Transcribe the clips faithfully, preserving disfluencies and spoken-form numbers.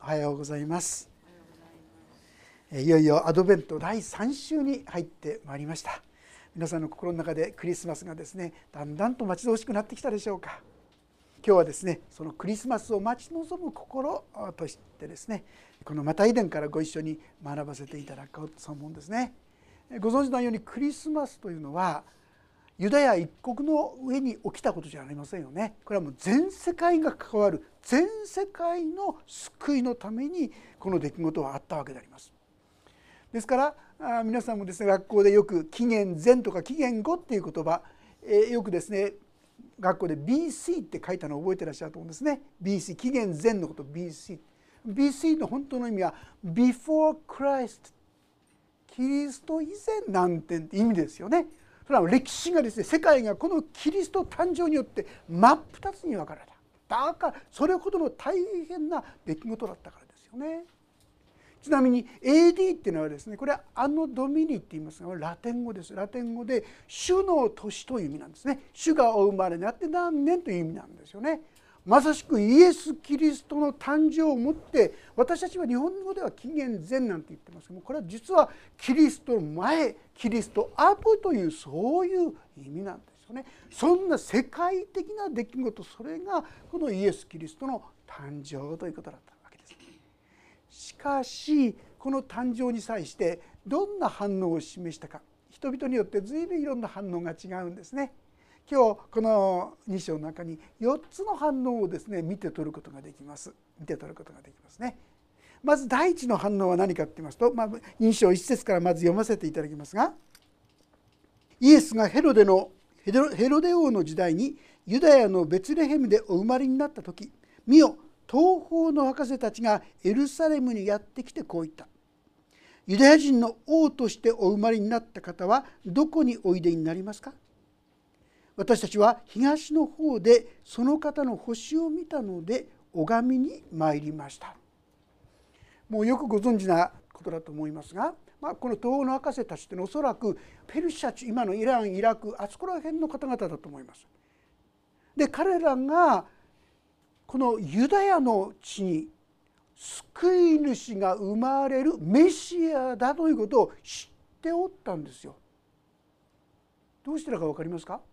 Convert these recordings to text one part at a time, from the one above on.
おはようございます。いよいよアドベントだいさん週に入ってまいりました。皆さんの心の中でクリスマスがですね、だんだんと待ち遠しくなってきたでしょうか。今日はですね、そのクリスマスを待ち望む心としてですね、このマタイ伝からご一緒に学ばせていただこうと思うんですね。ご存知のようにクリスマスというのはユダヤ一国の上に起きたことじゃありませんよね。これはもう全世界が関わる全世界の救いのためにこの出来事はあったわけであります。ですから皆さんもですね、学校でよく紀元前とか紀元後っていう言葉、えー、よくですね学校で ビーシー って書いたのを覚えてらっしゃると思うんですね。 ビーシー 紀元前のこと ビーシー ビーシー の本当の意味は Before Christ、 キリスト以前なんて意味ですよね。それは歴史がですね、世界がこのキリスト誕生によって真っ二つに分かれた。だからそれほどの大変な出来事だったからですよね。ちなみに エーディー っていうのはですね、これはアノドミニって言いますが、ラテン語です。ラテン語で主の年という意味なんですね。主がお生まれになって何年という意味なんですよね。まさしくイエス・キリストの誕生をもって、私たちは日本語では紀元前なんて言ってますけども、これは実はキリストの前、キリスト後というそういう意味なんですよね。そんな世界的な出来事、それがこのイエス・キリストの誕生ということだったわけです。しかしこの誕生に際してどんな反応を示したか、人々によって随分いろんな反応が違うんですね。今日このに章の中によっつの反応をですね見て取ることができます見て取ることができますね。まず第一の反応は何かと言いますと、まあ、に章いち節からまず読ませていただきますが、イエスがヘロデのヘロデ王の時代にユダヤのベツレヘムでお生まれになった時、見よ、東方の博士たちがエルサレムにやってきてこう言った。ユダヤ人の王としてお生まれになった方はどこにおいでになりますか。私たちは東の方でその方の星を見たので拝みに参りました。もうよくご存知なことだと思いますが、まあ、この東欧の博士たちというのはおそらくペルシャ地、今のイラン、イラク、あそこら辺の方々だと思います。で、彼らがこのユダヤの地に救い主が生まれるメシアだということを知っておったんですよ。どうしてだか分かりますか。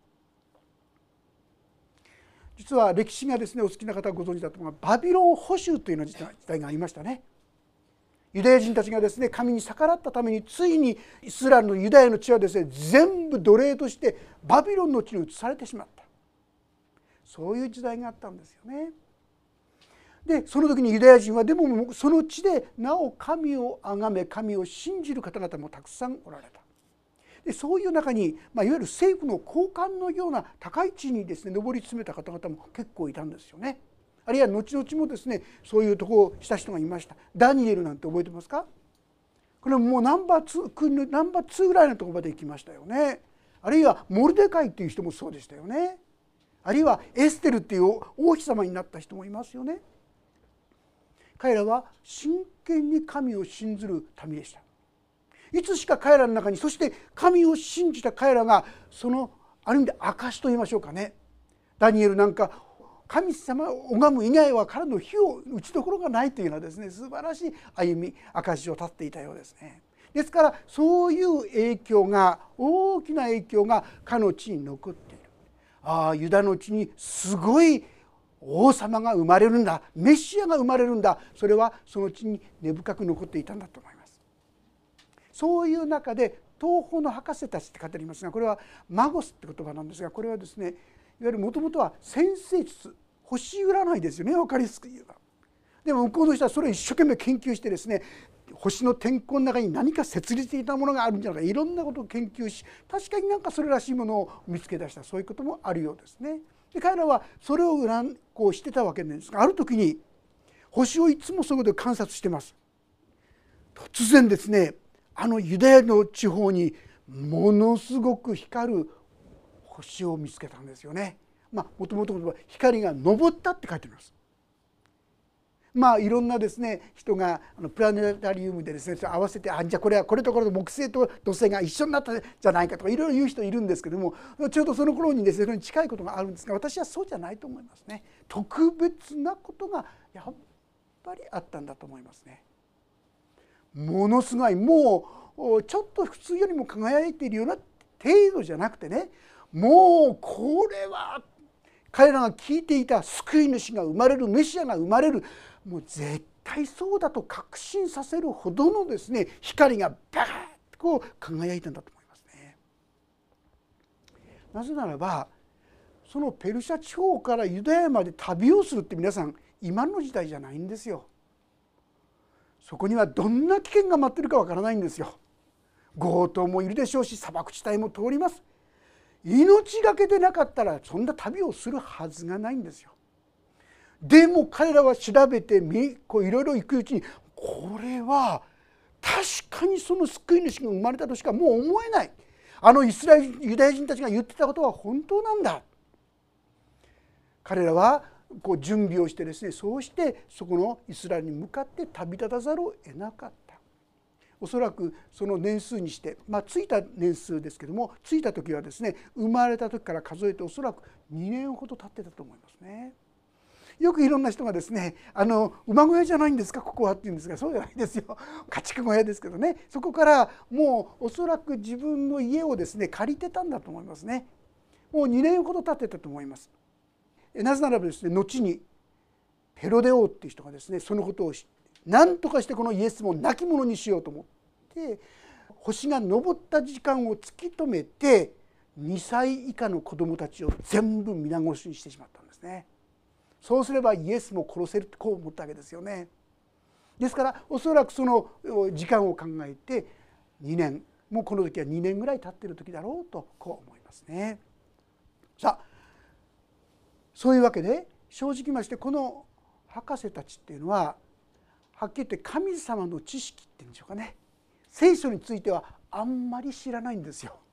実は歴史がですねお好きな方はご存知だと思うが、バビロン捕囚というような時代がありましたね。ユダヤ人たちがですね神に逆らったために、ついにイスラエルのユダヤの地はですね全部奴隷としてバビロンの地に移されてしまった、そういう時代があったんですよね。でその時にユダヤ人はでもその地でなお神を崇め神を信じる方々もたくさんおられた。でそういう中に、まあ、いわゆる政府の高官のような高い地にですね上り詰めた方々も結構いたんですよね。あるいは後々もですねそういうところをした人がいました。ダニエルなんて覚えてますか。これもうナンバーツー、国のナンバーツーぐらいのところまで行きましたよね。あるいはモルデカイっていう人もそうでしたよね。あるいはエステルっていう王妃様になった人もいますよね。彼らは真剣に神を信ずる民でした。いつしか彼らの中に、そして神を信じた彼らがそのある意味で証と言いましょうかね。ダニエルなんか神様を拝む以外は彼の火を打ちどころがないというようなですね素晴らしい歩み証を立っていたようですね。ですからそういう影響が、大きな影響がかの地に残っている。ああ、ユダの地にすごい王様が生まれるんだ、メシアが生まれるんだ、それはその地に根深く残っていたんだと思います。そういう中で東方の博士たちって語りますが、これはマゴスって言葉なんですが、これはですねいわゆるもともとは占星術、星占いですよね、分かりやすく言えば。でも向こうの人はそれを一生懸命研究してですね、星の天候の中に何か設立的なものがあるんじゃないか、いろんなことを研究し、確かになんかそれらしいものを見つけ出した、そういうこともあるようですね。で彼らはそれを占こうしてたわけなんですが、ある時に星をいつもそこで観察してます。突然ですね、あのユダヤの地方にものすごく光る星を見つけたんですよね。まあもともと光が昇ったって書いてあります。まあいろんなですね人があのプラネタリウムでですね合わせて、あじゃあこれはこれとこれと木星と土星が一緒になったじゃないかとかいろいろ言う人いるんですけども、ちょうどその頃にですねそれに近いことがあるんですが、私はそうじゃないと思いますね。特別なことがやっぱりあったんだと思いますね。ものすごい、もうちょっと普通よりも輝いているような程度じゃなくてね、もうこれは彼らが聞いていた救い主が生まれる、メシアが生まれる、もう絶対そうだと確信させるほどのですね、光がバーッとこう輝いたんだと思いますね。なぜならば、そのペルシャ地方からユダヤまで旅をするって皆さん今の時代じゃないんですよ。そこにはどんな危険が待ってるかわからないんですよ。強盗もいるでしょうし、砂漠地帯も通ります。命がけでなかったらそんな旅をするはずがないんですよ。でも彼らは調べてこういろいろ行くうちに、これは確かにその救い主が生まれたとしかもう思えない、あのイスラエルユダヤ人たちが言ってたことは本当なんだ。彼らはこう準備をしてですね、そうしてそこのイスラエルに向かって旅立たざるを得なかった。おそらくその年数にして、まあ着いた年数ですけども、着いた時はですね、生まれた時から数えておそらくにねんほど経ってたと思いますね。よくいろんな人がですね、あの馬小屋じゃないんですかここはって言うんですが、そうじゃないですよ。家畜小屋ですけどね、そこからもうおそらく自分の家をですね借りてたんだと思いますね。もうにねんほど経ってたと思います。なぜならばですね、後にヘロデ王っていう人がですね、そのことを何とかしてこのイエスも亡き者にしようと思って、星が昇った時間を突き止めてにさい以下の子どもたちを全部皆殺しにしてしまったんですね。そうすればイエスも殺せるってこう思ったわけですよね。ですからおそらくその時間を考えてにねん、もうこの時はにねんぐらい経っている時だろうとこう思いますね。さあ、そういうわけで正直ましてこの博士たちっていうのははっきり言って神様の知識っていうんでしょうかね、聖書についてはあんまり知らないんですよ。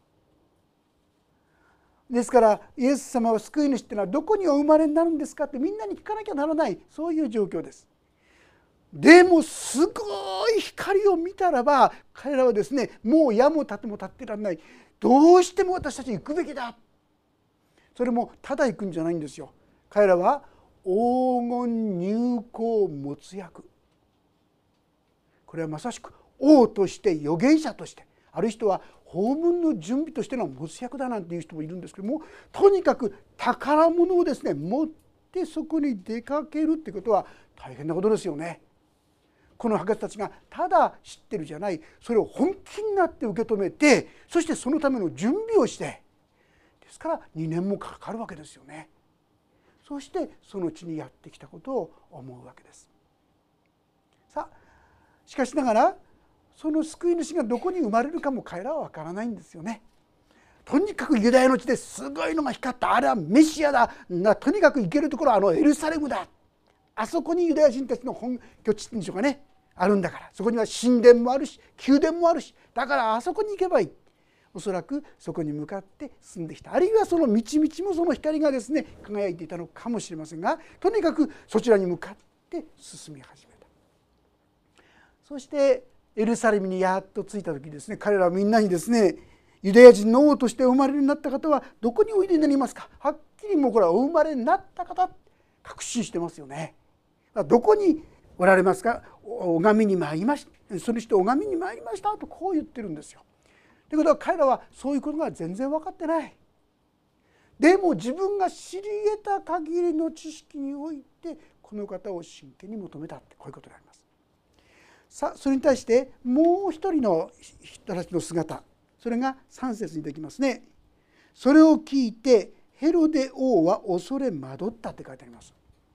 ですからイエス様は救い主っていうのはどこにお生まれになるんですかってみんなに聞かなきゃならない、そういう状況です。でもすごい光を見たらば彼らはですね、もう矢も盾も立ってられない、どうしても私たち行くべきだ。それもただ行くんじゃないんですよ。彼らは黄金入港没薬、これはまさしく王として預言者として、ある人は訪問の準備としての没薬だなんていう人もいるんですけども、とにかく宝物をですね持ってそこに出かけるってことは大変なことですよね。この博士たちがただ知ってるじゃない、それを本気になって受け止めて、そしてそのための準備をして、ですからにねんもかかるわけですよね。そしてその地にやってきたことを思うわけです。さあ、しかしながらその救い主がどこに生まれるかも彼らは分からないんですよね。とにかくユダヤの地ですごいのが光った、あれはメシアだな、とにかく行けるところはあのエルサレムだ、あそこにユダヤ人たちの本拠地っていうんでしょうかね、あるんだから、そこには神殿もあるし宮殿もあるし、だからあそこに行けばいい。おそらくそこに向かって進んできた、あるいはその道々もその光がですね輝いていたのかもしれませんが、とにかくそちらに向かって進み始めた。そしてエルサレムにやっと着いた時ですね、彼らはみんなにですね、ユダヤ人の王としてお生まれになった方はどこにおいでになりますか、はっきりもうこれはお生まれになった方確信してますよね。どこにおられますか、拝みに参りました、その人拝みに参りましたとこう言ってるんですよ。ということは彼らはそういうことが全然分かってない。でも自分が知り得た限りの知識においてこの方を真剣に求めたって、こういうことであります。さあ、それに対してもう一人の人たちの姿、それがさん節にできますね。それを聞いてヘロデ王は恐れ惑ったって書いてあります。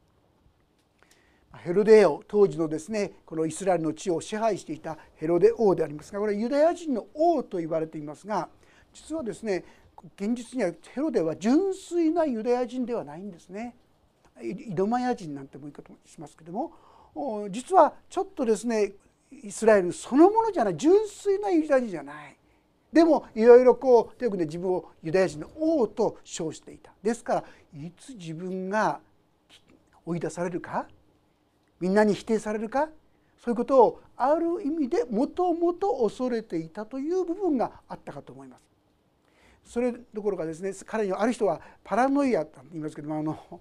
ヘロデ王、当時のですねこのイスラエルの地を支配していたヘロデ王でありますが、これはユダヤ人の王と言われていますが、実はですね現実にはヘロデは純粋なユダヤ人ではないんですね。イドマヤ人なんても言い方しますけども、実はちょっとですねイスラエルそのものじゃない、純粋なユダヤ人じゃない。でもいろいろこうというわけで自分をユダヤ人の王と称していた。ですからいつ自分が追い出されるか、みんなに否定されるか、そういうことをある意味でもともと恐れていたという部分があったかと思います。それどころかですね、彼にはある人はパラノイアと言いますけども、あの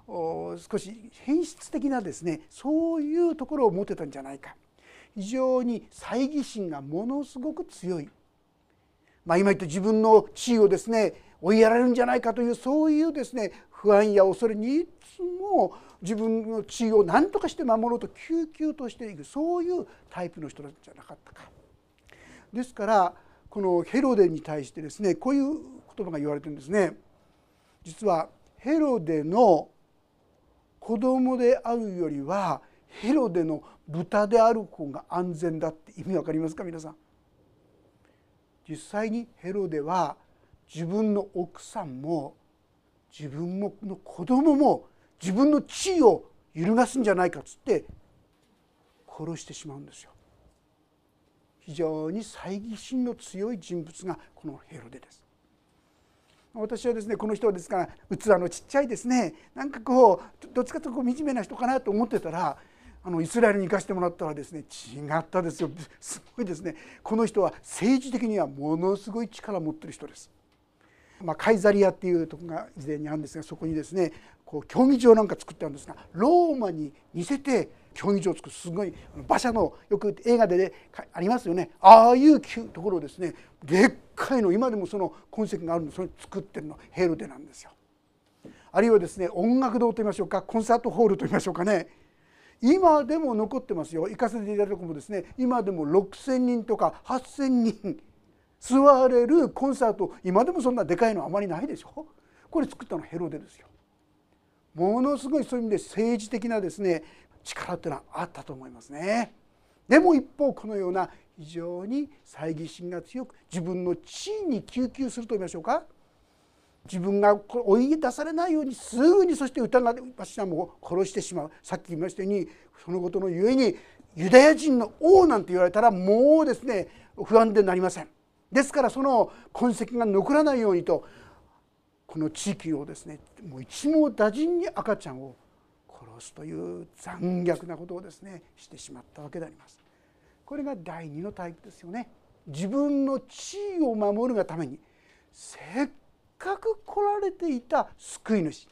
少し変質的なですね、そういうところを持ってたんじゃないか。非常に猜疑心がものすごく強い、まあ、今言った自分の地位をですね追いやられるんじゃないかという、そういうですね不安や恐れにいつも自分の地位を何とかして守ろうと救急としていく、そういうタイプの人じゃなかったか。ですからこのヘロデに対してですね、こういう言葉が言われてるんですね。実はヘロデの子供であるよりはヘロデの豚である方が安全だって意味わかりますか皆さん。実際にヘロデは自分の奥さんも自分の子供も自分の地位を揺るがすんじゃないかっつって殺してしまうんですよ。非常に猜疑心の強い人物がこのヘロデです。私はですねこの人はですから器のちっちゃいですね、なんかこうどっちかというとこう惨めな人かなと思ってたら、あのイスラエルに行かせてもらったらですね違ったですよ。すごいですね。この人は政治的にはものすごい力を持っている人です。まあ、カイザリアっていうところが以前にあるんですが、そこにですねこう競技場なんか作ってあるんですが、ローマに似せて競技場を作る、すごい馬車のよく映画で、ね、ありますよね、ああいうところをですねでっかいの、今でもその痕跡があるの、それ作ってるのヘロデなんですよ。あるいはですね音楽堂といいましょうか、コンサートホールといいましょうかね、今でも残ってますよ。行かせていただいたところもですね、今でもろくせんにんとかはっせんにん座れるコンサート、今でもそんなでかいのはあまりないでしょ。これ作ったのはヘロデですよ。ものすごいそういう意味で政治的なですね力っていうのはあったと思いますね。でも一方このような非常に猜疑心が強く、自分の地位に吸求すると言いましょうか、自分が追い出されないようにすぐに、そして疑わしさも殺してしまう。さっき言いましたように、そのことのゆえにユダヤ人の王なんて言われたらもうですね不安でなりません。ですからその痕跡が残らないようにと、この地域をですねもう一網打尽に赤ちゃんを殺すという残虐なことをですねしてしまったわけであります。これが第二のタイプですよね。自分の地位を守るがためにせっかく来られていた救い主、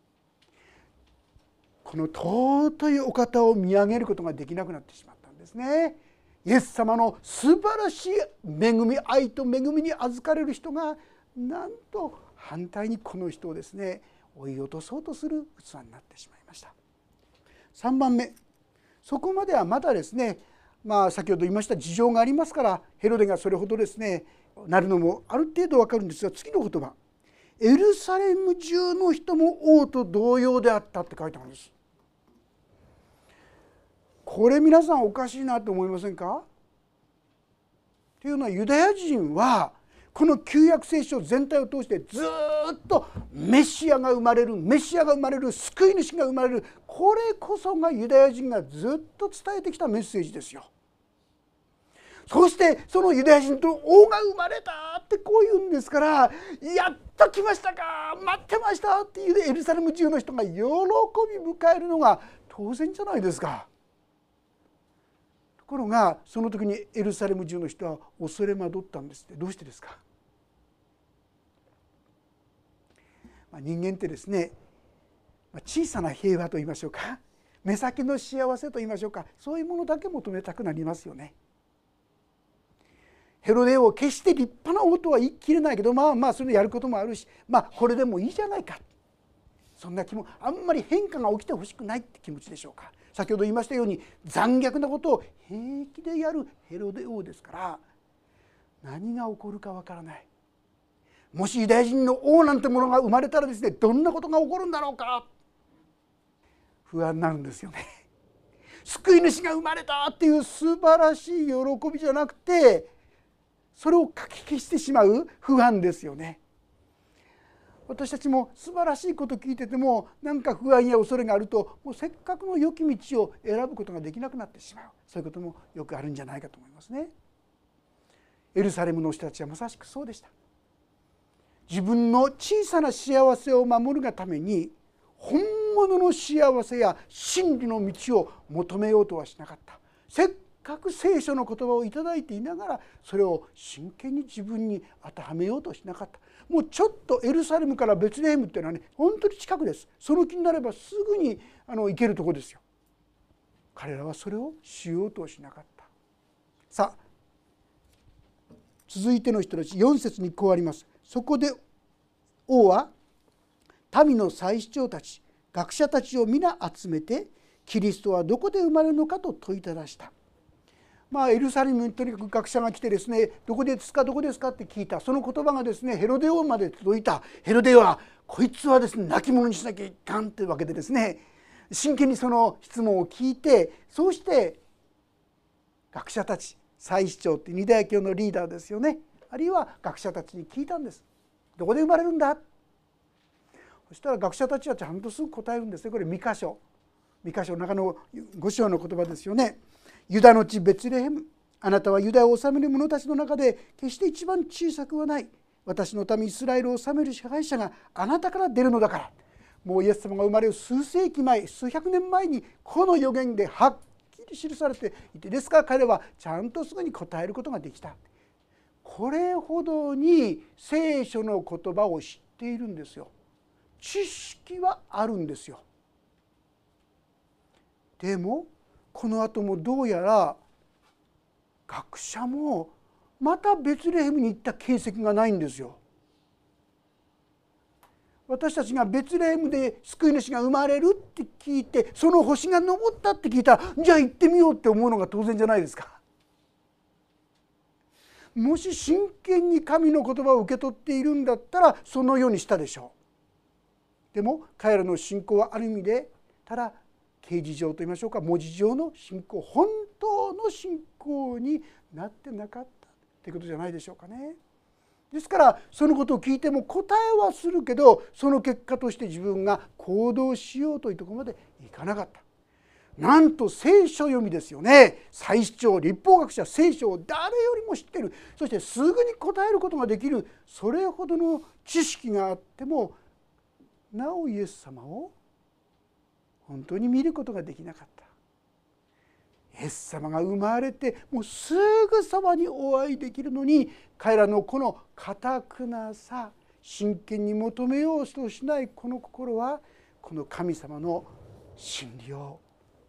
この尊いお方を見上げることができなくなってしまったんですね。イエス様の素晴らしい恵み、愛と恵みに預かれる人がなんと反対にこの人をですね追い落とそうとする器になってしまいました。さんばんめ、そこまではまだですね、まあ先ほど言いました事情がありますから、ヘロデがそれほどですねなるのもある程度わかるんですが、次の言葉、エルサレム中の人も王と同様であったって書いてあるんです。これ皆さんおかしいなと思いませんか？というのは、ユダヤ人はこの旧約聖書全体を通してずっとメシアが生まれる、メシアが生まれる、救い主が生まれる、これこそがユダヤ人がずっと伝えてきたメッセージですよ。そしてそのユダヤ人と王が生まれたってこう言うんですから、やっと来ましたか、待ってましたっていうエルサレム中の人が喜び迎えるのが当然じゃないですか。ところがその時にエルサレム中の人は恐れ惑ったんですって。どうしてですか？人間ってですね、小さな平和と言いましょうか、目先の幸せと言いましょうか、そういうものだけ求めたくなりますよね。ヘロデ王、決して立派な王とは言い切れないけど、まあまあそれやることもあるし、まあこれでもいいじゃないか、そんな気も、あんまり変化が起きてほしくないって気持ちでしょうか。先ほど言いましたように残虐なことを平気でやるヘロデ王ですから、何が起こるかわからない。もしユダヤ人の王なんてものが生まれたらですね、どんなことが起こるんだろうか、不安になるんですよね。救い主が生まれたっていう素晴らしい喜びじゃなくて、それをかき消してしまう不安ですよね。私たちも素晴らしいことを聞いてても、なんか不安や恐れがあると、もうせっかくの良き道を選ぶことができなくなってしまう、そういうこともよくあるんじゃないかと思いますね。エルサレムの人たちはまさしくそうでした。自分の小さな幸せを守るがために本物の幸せや真理の道を求めようとはしなかった。せっかく聖書の言葉をいただいていながらそれを真剣に自分に当てはめようとしなかった。もうちょっとエルサレムからベツレヘムっていうのはね本当に近くです。その気になればすぐにあの行けるところですよ。彼らはそれをしようとしなかった。さあ続いての人たちよん節にこうあります。そこで王は民の祭司長たち学者たちを皆集めてキリストはどこで生まれるのかと問いただした。まあエルサレムにとにかく学者が来てですね、どこですかどこですかって聞いた。その言葉がですねヘロデ王まで届いた。ヘロデはこいつはですね亡き者にしなきゃいかんというわけでですね、真剣にその質問を聞いて、そうして学者たち祭司長ってユダヤ教のリーダーですよね、あるいは学者たちに聞いたんです。どこで生まれるんだ。そしたら学者たちはちゃんとすぐ答えるんですね。これミカ書ミカ書の中のご章の言葉ですよね。ユダの地ベツレヘム、あなたはユダを治める者たちの中で決して一番小さくはない。私の民イスラエルを治める支配者があなたから出るのだから。もうイエス様が生まれる数世紀前、数百年前にこの予言ではっきり記されていて、ですから彼はちゃんとすぐに答えることができた。これほどに聖書の言葉を知っているんですよ。知識はあるんですよ。でもこの後もどうやら学者もまたベツレヘムに行った形跡がないんですよ。私たちがベツレヘムで救い主が生まれるって聞いて、その星が昇ったって聞いたら、じゃあ行ってみようって思うのが当然じゃないですか。もし真剣に神の言葉を受け取っているんだったらそのようにしたでしょう。でも彼らの信仰はある意味でただ形而上と言いましょうか、文字上の信仰、本当の信仰になってなかったということじゃないでしょうかね。ですからそのことを聞いても答えはするけど、その結果として自分が行動しようというところまでいかなかった。なんと聖書読みですよね。祭司長、律法学者、聖書を誰よりも知っている、そしてすぐに答えることができる、それほどの知識があってもなおイエス様を本当に見ることができなかった。イエス様が生まれてもうすぐそばにお会いできるのに、彼らのこの堅くなさ、真剣に求めようとしないこの心は、この神様の真理を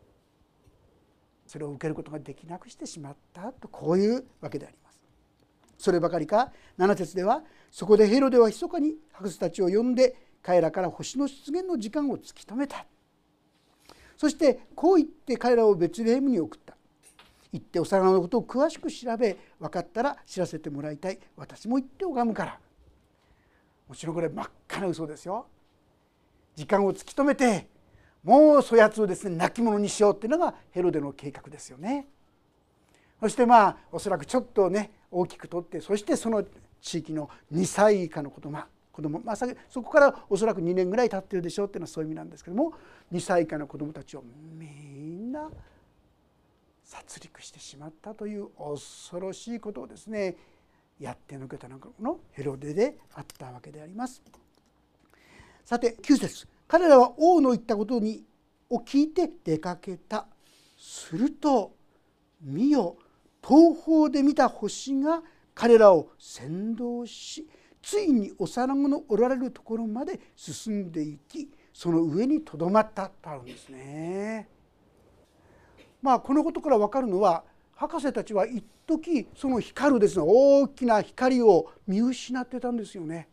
それを受けることができなくしてしまったと、こういうわけであります。そればかりかなな節では、そこでヘロデは密かに博士たちを呼んで彼らから星の出現の時間を突き止めた。そしてこう言って彼らをベツレヘムに送った。行って幼子のことを詳しく調べ、分かったら知らせてもらいたい。私も行って拝むから。もちろんこれ真っ赤な嘘ですよ。時間を突き止めてもうそやつをですね亡き者にしようっていうのがヘロデの計画ですよね。そしてまあおそらくちょっとね大きくとって、そしてその地域のにさい以下の子供子供、まあ、そこからおそらくにねんぐらい経ってるでしょうっていうのはそういう意味なんですけども、にさい以下の子どもたちをみんな殺戮してしまったという恐ろしいことをですねやってのけたののヘロデであったわけであります。さてきゅう節、彼らは王の言ったことにを聞いて出かけた。すると見よ、東方で見た星が彼らを先導し、ついに幼子のおられるところまで進んでいき、その上にとどまったとあるんですね。まあこのことから分かるのは、博士たちは一時その光るですね大きな光を見失ってたんですよね。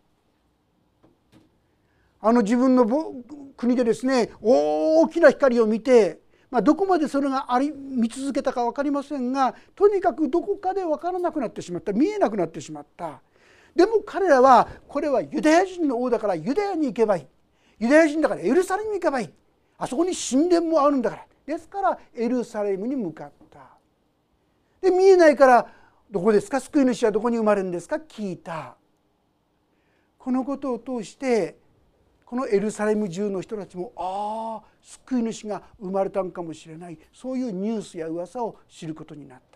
あの自分の国でですね大きな光を見て、まあ、どこまでそれがあり見続けたか分かりませんが、とにかくどこかで分からなくなってしまった、見えなくなってしまった。でも彼らはこれはユダヤ人の王だからユダヤに行けばいい、ユダヤ人だからエルサレムに行けばいい、あそこに神殿もあるんだから、ですからエルサレムに向かった。で見えないからどこですか、救い主はどこに生まれるんですか聞いた。このことを通してこのエルサレム中の人たちも、ああ救い主が生まれたんかもしれない、そういうニュースや噂を知ることになった。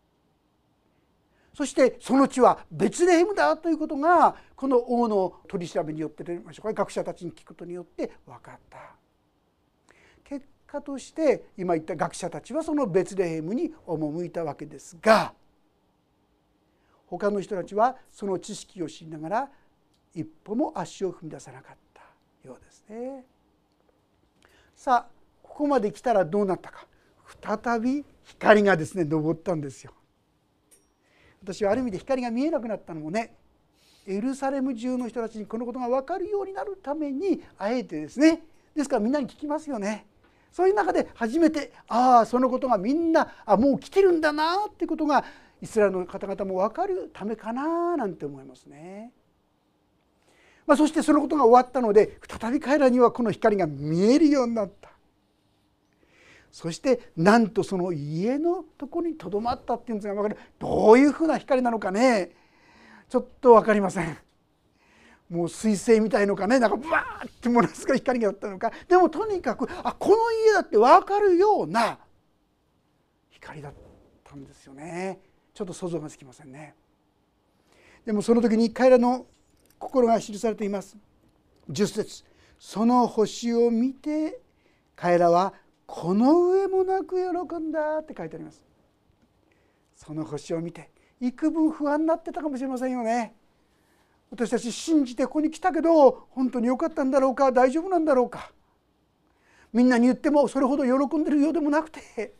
そしてその地はベツレヘムだということがこの王の取り調べによってといいましょうか、学者たちに聞くことによって分かった。結果として今言った学者たちはそのベツレヘムに赴いたわけですが、他の人たちはその知識を知りながら一歩も足を踏み出さなかったようですね。さあここまで来たらどうなったか。再び光がですね昇ったんですよ。私はある意味で光が見えなくなったのもね、エルサレム中の人たちにこのことが分かるようになるためにあえてですね、ですからみんなに聞きますよね。そういう中で初めてああそのことがみんなあもう来てるんだなっていうことがイスラエルの方々も分かるためかななんて思いますね。まあ、そしてそのことが終わったので再び彼らにはこの光が見えるようになった。そしてなんとその家のところにとどまったっていうんですが、分かるどういうふうな光なのかね、ちょっと分かりません。もう彗星みたいのかね、なんかバーってものすごい光があったのか、でもとにかくあこの家だって分かるような光だったんですよね。ちょっと想像がつきませんね。でもその時に彼らの心が記されています。じゅっ節、その星を見て彼らはこの上もなく喜んだって書いてあります。その星を見て幾分不安になってたかもしれませんよね。私たち信じてここに来たけど本当に良かったんだろうか、大丈夫なんだろうか、みんなに言ってもそれほど喜んでるようでもなくて、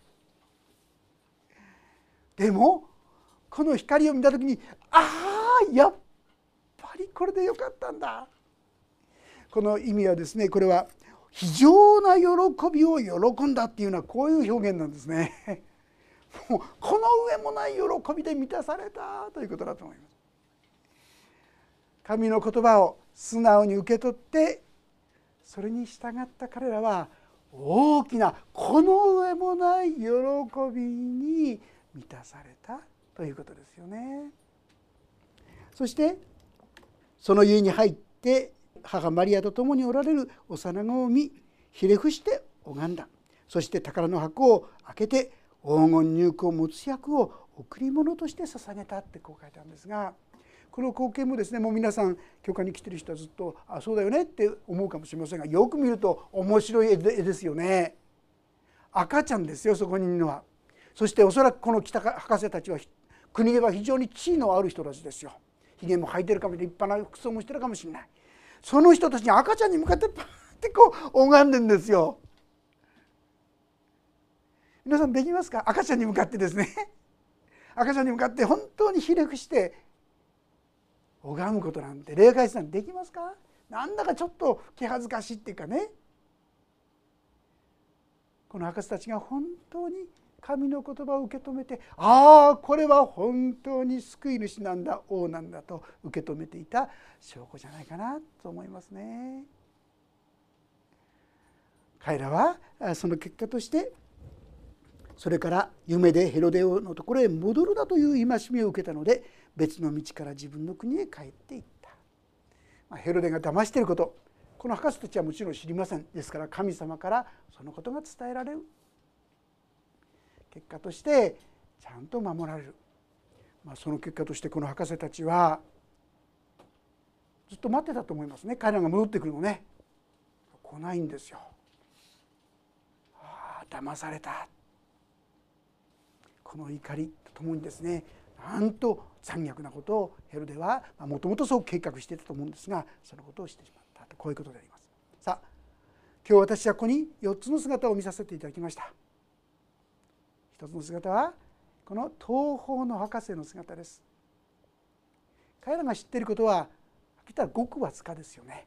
でもこの光を見た時にああやっぱりこれで良かったんだ。この意味はですね、これは非常な喜びを喜んだっていうのはこういう表現なんですね。もうこの上もない喜びで満たされたということだと思います。神の言葉を素直に受け取ってそれに従った彼らは大きなこの上もない喜びに満たされたということですよね。そしてその家に入って母マリアと共におられる幼子を見ひれ伏して拝んだ。そして宝の箱を開けて黄金入香没薬を贈り物として捧げたってこう書いてあるんですが、この光景もですね、もう皆さん教会に来てる人はずっとあそうだよねって思うかもしれませんが、よく見ると面白い絵ですよね。赤ちゃんですよ、そこにいるのは。そしておそらくこの北博士たちは国では非常に地位のある人たちですよ。ひげも生えてるかもしれない、立派な服装もしてるかもしれない。その人たちに赤ちゃんに向かってパーってこう拝んでるんですよ。皆さんできますか？赤ちゃんに向かってですね、赤ちゃんに向かって本当にひれ伏して拝むことなんて、礼拝なんてできますか？なんだかちょっと気恥ずかしいっていうかね。この博士たちが本当に神の言葉を受け止めて、ああこれは本当に救い主なんだ、王なんだと受け止めていた証拠じゃないかなと思いますね。彼らはその結果としてそれから夢でヘロデ王のところへ戻るだという戒めを受けたので、別の道から自分の国へ帰っていった。まあ、ヘロデが騙していること、この博士たちはもちろん知りません。ですから神様からそのことが伝えられる。結果としてちゃんと守られる。まあ、その結果としてこの博士たちはずっと待ってたと思いますね。彼らが戻ってくるのね。来ないんですよ。ああ騙された。この怒りとともにですね、なんと残虐なことをヘロデはもともとそう計画していたと思うんですが、そのことをしてしまったと、こういうことであります。さあ今日私はここによっつの姿を見させていただきました。一つの姿はこの東方の博士の姿です。彼らが知っていることははっきり言ったらごくわずかですよね。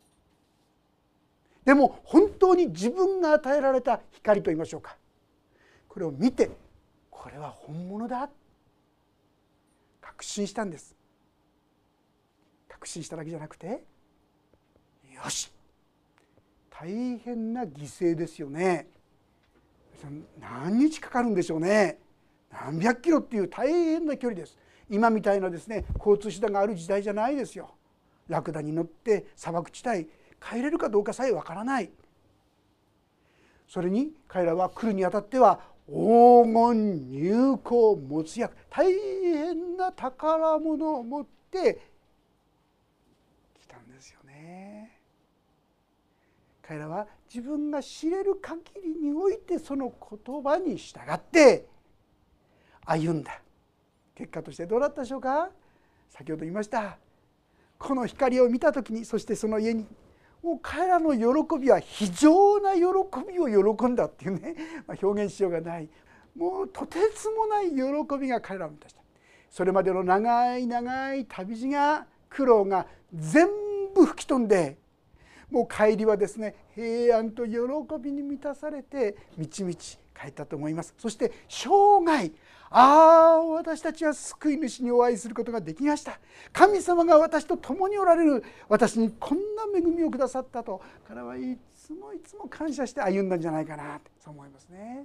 でも本当に自分が与えられた光といいましょうか、これを見てこれは本物だ確信したんです。確信しただけじゃなくて、よし大変な犠牲ですよね。何日かかるんでしょうね。何百キロっていう大変な距離です。今みたいなですね交通手段がある時代じゃないですよ。ラクダに乗って砂漠地帯帰れるかどうかさえわからない。それに彼らは来るにあたっては黄金入香没薬、大変な宝物を持って来たんですよね。 彼らは自分が知れる限りにおいてその言葉に従って歩んだ。結果としてどうだったでしょうか。先ほど言いました。この光を見た時に、そしてその家に、もう彼らの喜びは非常な喜びを喜んだっていうね、まあ、表現しようがない、もうとてつもない喜びが彼らを満たした。それまでの長い長い旅路が苦労が全部吹き飛んで、もう帰りはですね、平安と喜びに満たされてみちみち帰ったと思います。そして生涯、ああ私たちは救い主にお会いすることができました、神様が私と共におられる、私にこんな恵みをくださったと、彼はいつもいつも感謝して歩んだんじゃないかなとそう思いますね。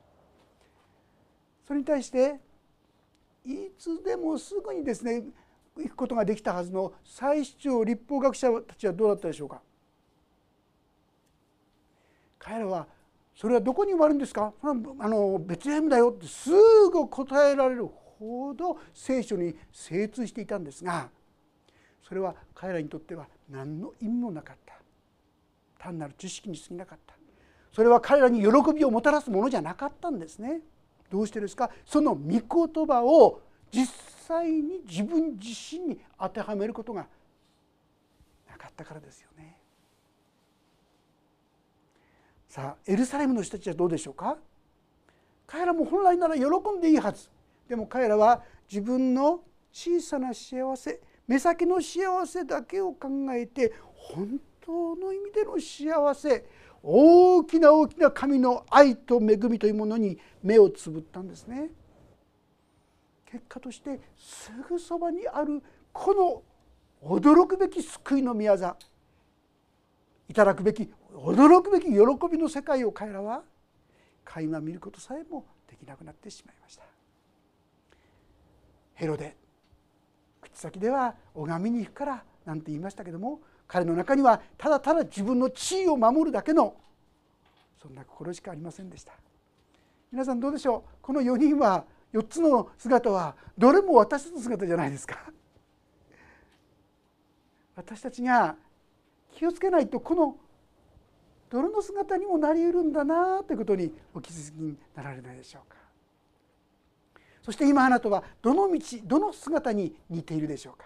それに対していつでもすぐにですね行くことができたはずの祭司長律法学者たちはどうだったでしょうか。彼らはそれはどこに生まれるんですか、あのベツレヘムだよってすぐ答えられるほど聖書に精通していたんですが、それは彼らにとっては何の意味もなかった、単なる知識に過ぎなかった。それは彼らに喜びをもたらすものじゃなかったんですね。どうしてですか。その御言葉を実際に自分自身に当てはめることがなかったからですよね。さあエルサレムの人たちはどうでしょうか。彼らも本来なら喜んでいいはず。でも彼らは自分の小さな幸せ、目先の幸せだけを考えて、本当の意味での幸せ、大きな大きな神の愛と恵みというものに目をつぶったんですね。結果としてすぐそばにあるこの驚くべき救いの御業、いただくべき驚くべき喜びの世界を彼らは垣間見ることさえもできなくなってしまいました。ヘロデ、口先では拝みに行くからなんて言いましたけども、彼の中にはただただ自分の地位を守るだけのそんな心しかありませんでした。皆さんどうでしょう。このよにんはよっつの姿はどれも私たちの姿じゃないですか。私たちが気をつけないとこのどれの姿にもなり得るんだなということにお気づきになられないでしょうか。そして今あなたはどの道どの姿に似ているでしょうか。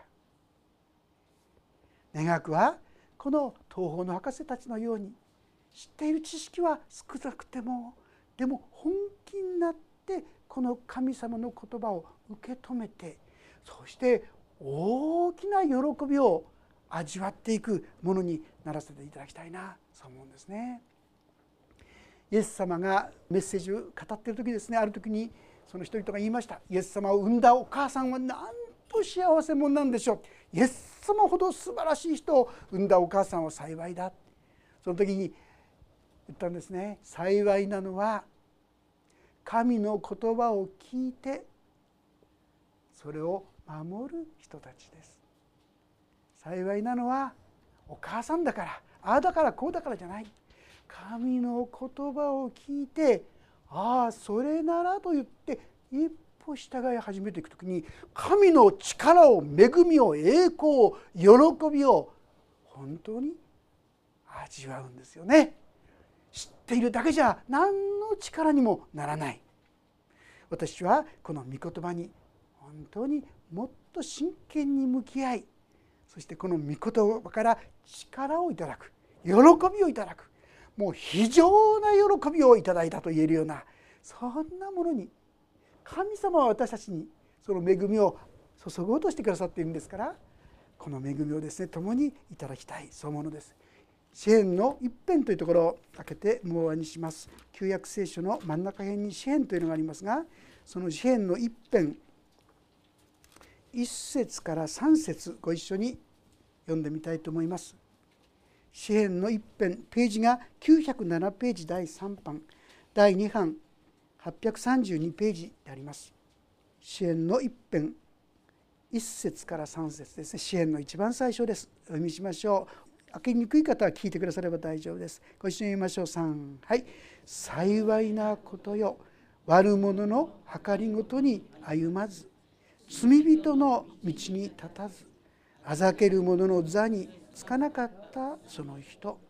願わくはこの東方の博士たちのように知っている知識は少なくても、でも本気になってこの神様の言葉を受け止めて、そして大きな喜びを味わっていくものにならせていただきたいな、そう思うんですね。イエス様がメッセージを語っている時ですね、ある時にその人々が言いました。イエス様を産んだお母さんはなんと幸せ者なんでしょう。イエス様ほど素晴らしい人を産んだお母さんは幸いだ。その時に言ったんですね。幸いなのは神の言葉を聞いてそれを守る人たちです。幸いなのはお母さんだからああだからこうだからじゃない、神の言葉を聞いて、ああそれならと言って一歩従い始めていくときに、神の力を恵みを栄光を喜びを本当に味わうんですよね。知っているだけじゃ何の力にもならない。私はこの御言葉に本当にもっと真剣に向き合い、そしてこの御言葉から力をいただく、喜びをいただく、もう非常な喜びをいただいたと言えるような、そんなものに神様は私たちにその恵みを注ごうとしてくださっているんですから、この恵みをですね共にいただきたい、そういうものです。詩編の一編というところを開けてもう終わりにします。旧約聖書の真ん中辺に詩編というのがありますが、その詩編の一編一節から三節ご一緒に読んでみたいと思います。詩編の一編、ページがきゅうひゃくななページだいさん版、だいに版はっぴゃくさんじゅうにページであります。詩編の一編一節から三節ですね。詩編の一番最初です。お読みしましょう。開けにくい方は聞いてくだされば大丈夫です。ご一緒に読みましょう。さん、はい。幸いなことよ、悪者の計りごとに歩まず、罪人の道に立たず、あざける者の座につかなかったその人、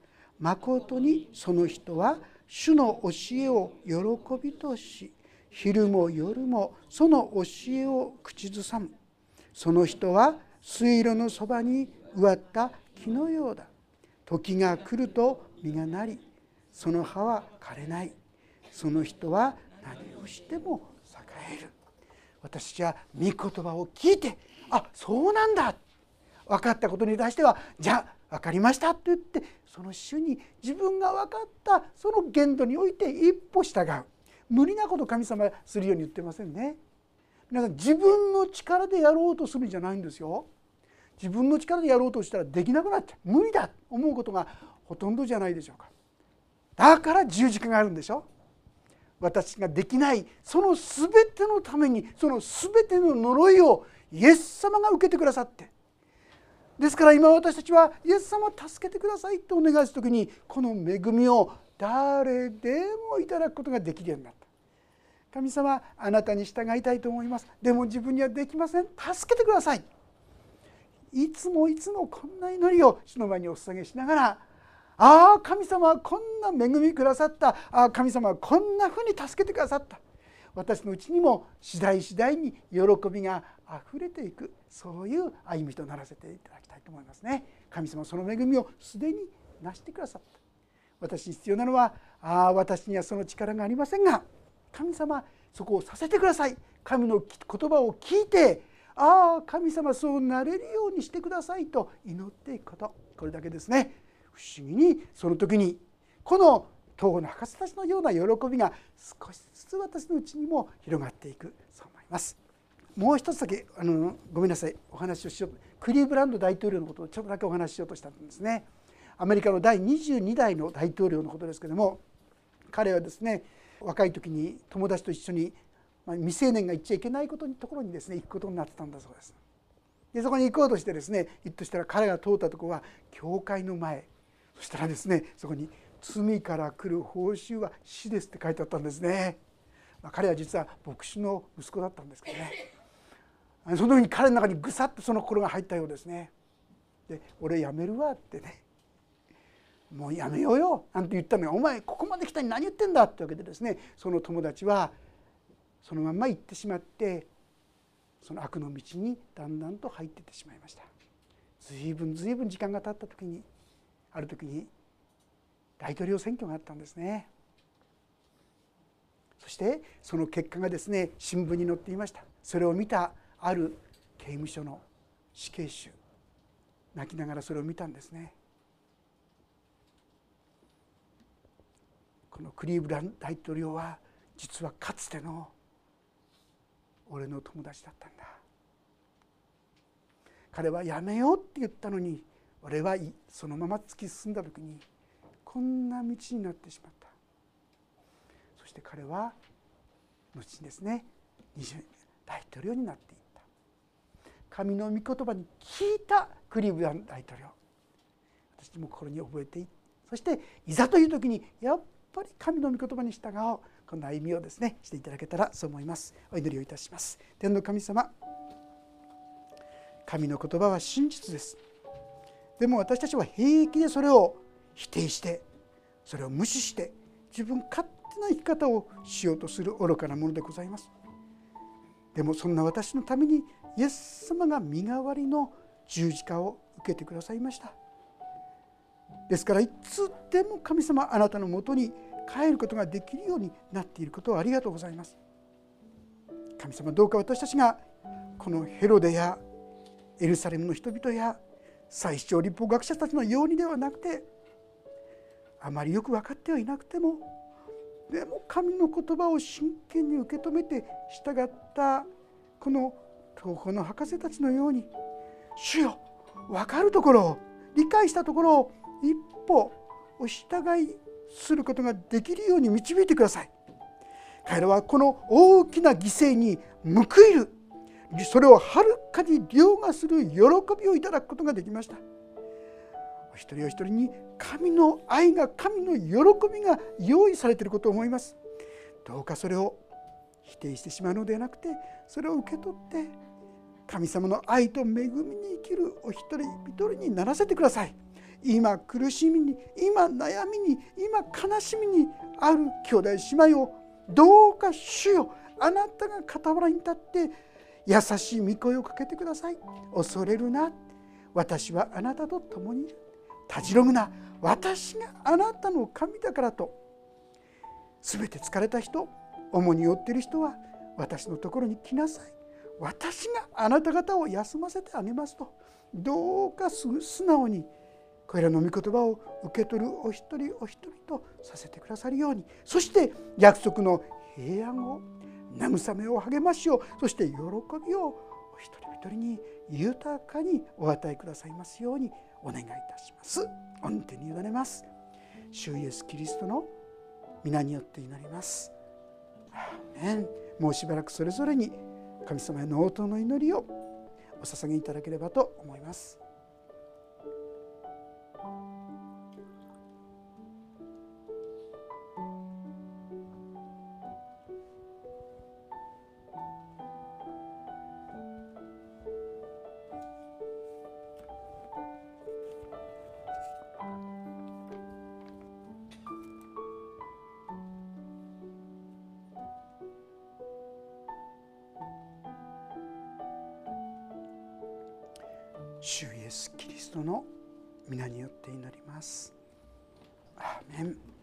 まことにその人は主の教えを喜びとし、昼も夜もその教えを口ずさむ。その人は水路のそばに植わった木のようだ。時が来ると実がなり、その葉は枯れない。その人は何をしても栄える。私たちは御言葉を聞いて、あ、そうなんだ、分かったことに対しては、じゃあ分かりましたと言って、その主に自分が分かったその限度において一歩従う。無理なこと神様はするように言ってませんね。皆さん、自分の力でやろうとするんじゃないんですよ。自分の力でやろうとしたらできなくなっちゃう、無理だと思うことがほとんどじゃないでしょうか。だから十字架があるんでしょ。私ができないその全てのために、その全ての呪いをイエス様が受けてくださって、ですから今私たちはイエス様を助けてくださいとお願いするときに、この恵みを誰でもいただくことができるようになった。神様、あなたに従いたいと思います。でも自分にはできません。助けてください。いつもいつもこんな祈りを主の前にお捧げしながら、ああ神様はこんな恵みくださった、ああ神様はこんなふうに助けてくださった、私のうちにも次第次第に喜びがあふれていく、そういう歩みとならせていただきたいと思いますね。神様はその恵みをすでになしてくださった。私に必要なのは、ああ私にはその力がありませんが、神様そこをさせてください。神の言葉を聞いて、ああ神様そうなれるようにしてくださいと祈っていくこと、これだけですね。不思議にその時にこの東郷の博士たちのような喜びが少しずつ私のうちにも広がっていく、そう思います。もう一つだけあのごめんなさい、お話をしよう。クリーブランド大統領のことをちょっとだけお話ししようとしたんですね。アメリカのだいにじゅうにだいの大統領のことですけれども、彼はですね、若い時に友達と一緒に、まあ、未成年が行っちゃいけないことにところにですね行くことになってたんだそうです。でそこに行こうとしてですね、行くとしたら彼が通ったところは教会の前、そしたらですね、そこに罪から来る報酬は死ですって書いてあったんですね。まあ、彼は実は牧師の息子だったんですけどね、その時に彼の中にぐさっとその心が入ったようですね。で俺やめるわってね、もうやめようよなんて言ったのが、お前ここまで来たのに何言ってんだってわけでですね、その友達はそのまま行ってしまって、その悪の道にだんだんと入っていってしまいました。ずいぶんずいぶん時間が経った時に、ある時に大統領選挙があったんですね。そしてその結果がですね新聞に載っていました。それを見たある刑務所の死刑囚、泣きながらそれを見たんですね。このクリーブランド大統領は実はかつての俺の友達だったんだ。彼はやめようって言ったのに、俺はそのまま突き進んだ時にこんな道になってしまった。そして彼は後にですねにじゅう大統領になっていった。神の御言葉に聞いたクリーブランド大統領、私も心に覚えていって、そしていざという時にやっぱり神の御言葉に従おう、この歩みをですねしていただけたらそう思います。お祈りをいたします。天の神様、神の言葉は真実です。でも私たちは平気でそれを否定して、それを無視して自分勝手な生き方をしようとする愚かなものでございます。でもそんな私のためにイエス様が身代わりの十字架を受けてくださいました。ですからいつでも神様あなたのもとに帰ることができるようになっていることをありがとうございます。神様、どうか私たちがこのヘロデやエルサレムの人々や最主張立法学者たちのようにではなくて、あまりよく分かってはいなくても、でも神の言葉を真剣に受け止めて従ったこの東方の博士たちのように、主よ、分かるところを理解したところを一歩お従いすることができるように導いてください。彼らはこの大きな犠牲に報いる、それをはるかに凌駕する喜びをいただくことができました。お一人お一人に神の愛が、神の喜びが用意されていることを思います。どうかそれを否定してしまうのではなくて、それを受け取って神様の愛と恵みに生きるお一人一人にならせてください。 今苦しみに、今悩みに、今悲しみにある兄弟姉妹をどうか主よ、あなたが傍らに立って優しい御声をかけてください。恐れるな、私はあなたと共にいる。たじろぐな、私があなたの神だからと。すべて疲れた人、重荷を負っている人は私のところに来なさい。私があなた方を休ませてあげますと、どうか素直にこれらの御言葉を受け取るお一人お一人とさせてくださるように、そして約束の平安を、慰めを、励ましを、そして喜びをお一人お一人に豊かにお与えくださいますようにお願いいたします。御手に委ねます。主イエスキリストの皆によって祈ります。アーメン。もうしばらくそれぞれに神様への応答の祈りをお捧げいただければと思います。主イエスキリストの皆によって祈ります。アーメン。